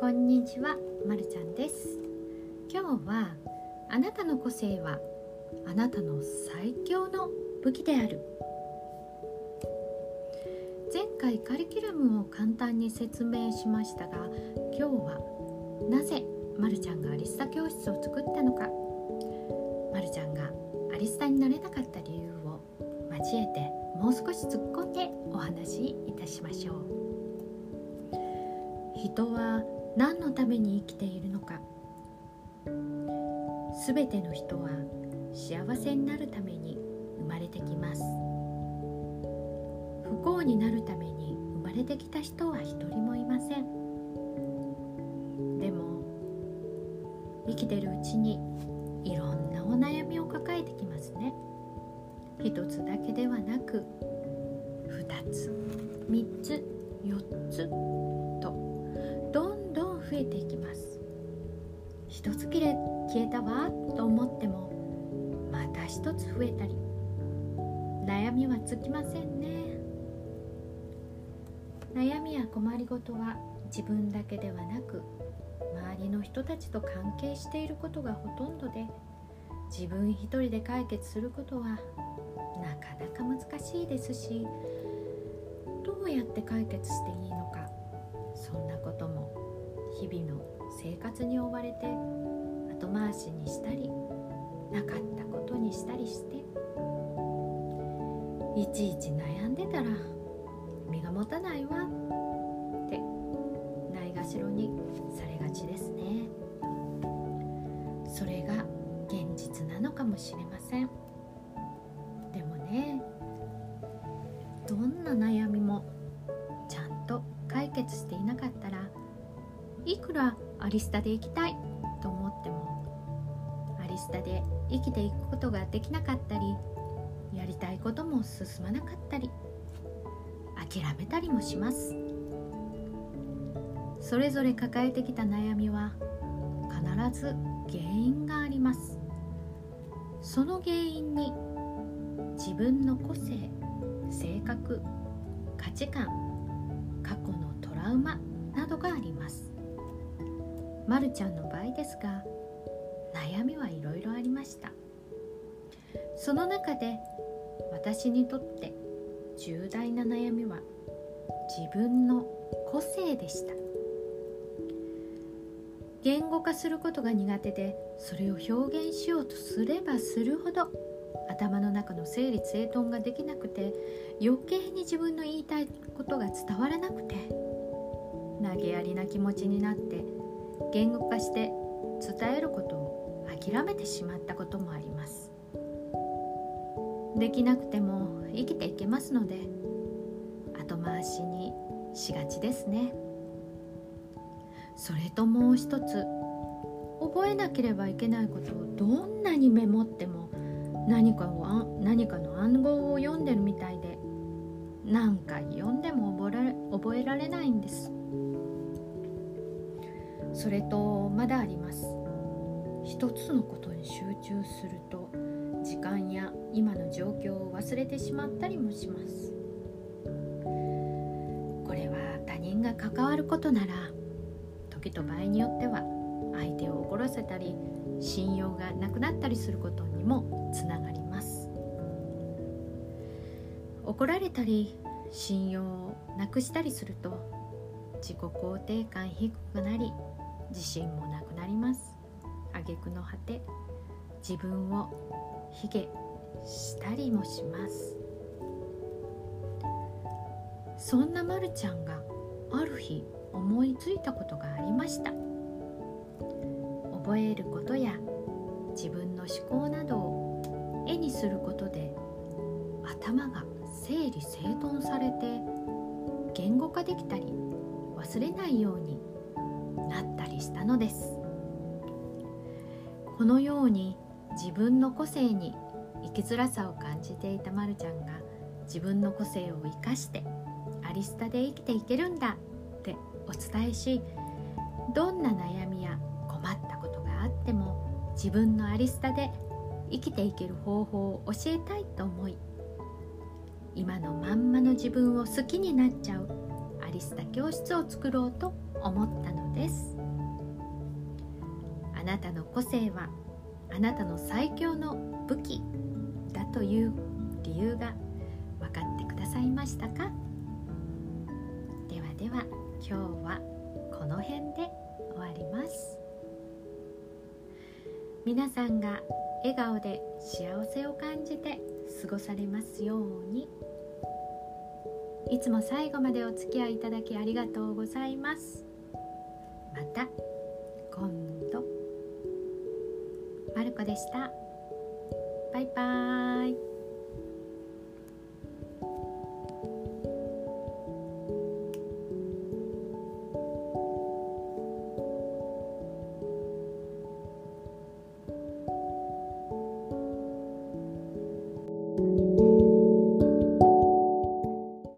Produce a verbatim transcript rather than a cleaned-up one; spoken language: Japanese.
こんにちは、まるちゃんです。今日はあなたの個性はあなたの最強の武器である。前回カリキュラムを簡単に説明しましたが、今日はなぜまるちゃんがアリスタ教室を作ったのか、まるちゃんがアリスタになれなかった理由を交えてもう少し突っ込んでお話しいたしましょう。人は何のために生きているのか。すべての人は幸せになるために生まれてきます。不幸になるために生まれてきた人は一人もいません。でも生きてるうちにいろんなお悩みを抱えてきますね。一つだけではなく二つ、三つ、四つとどんどん増えていきます。一つきれ消えたわと思ってもまた一つ増えたり、悩みは尽きませんね。悩みや困りごとは自分だけではなく周りの人たちと関係していることがほとんどで、自分一人で解決することはなかなか難しいですし、どうやって解決していいのか、そんなことも日々の生活に追われて後回しにしたり、なかったことにしたりして、いちいち悩んでたら身が持たないわってないがしろにされがちですね。それが現実なのかもしれません。でもね、どんな悩みもちゃんと解決していなかったら、いくらアリスタで生きたいと思ってもアリスタで生きていくことができなかったり、やりたいことも進まなかったり、諦めたりもします。それぞれ抱えてきた悩みは必ず原因があります。その原因に自分の個性、性格、価値観、過去のトラウマなどがあります。まるちゃんの場合ですが、悩みはいろいろありました。その中で私にとって重大な悩みは自分の個性でした。言語化することが苦手で、それを表現しようとすればするほど頭の中の整理整頓ができなくて、余計に自分の言いたいことが伝わらなくて、投げやりな気持ちになって言語化して伝えることを諦めてしまったこともあります。できなくても生きていけますので、後回しにしがちですね。それともう一つ、覚えなければいけないことをどんなにメモっても何かを何かの暗号を読んでるみたいで、何回読んでも覚えられ、覚えられないんです。それとまだあります。一つのことに集中すると時間や今の状況を忘れてしまったりもします。これは他人が関わることなら、時と場合によっては相手を怒らせたり信用がなくなったりすることにもつながります。怒られたり信用をなくしたりすると自己肯定感低くなり、自信もなくなります。挙句の果て、自分を卑下したりもします。そんなまるちゃんがある日思いついたことがありました。覚えることや自分の思考などを絵にすることで頭が整理整頓されて言語化できたり忘れないようになったりしたのです。このように自分の個性に生きづらさを感じていたまるちゃんが、自分の個性を生かしてアリスタで生きていけるんだってお伝えし、どんな悩みや困ったことがあっても自分のアリスタで生きていける方法を教えたいと思い、今のまんまの自分を好きになっちゃうアリスタ教室を作ろうと思ったのです。 あなたの個性はあなたの最強の武器だという理由が分かってくださいましたか？ではでは今日はこの辺で終わります。皆さんが笑顔で幸せを感じて過ごされますように。いつも最後までお付き合いいただきありがとうございます。また今度。まるこでした。バイバーイ。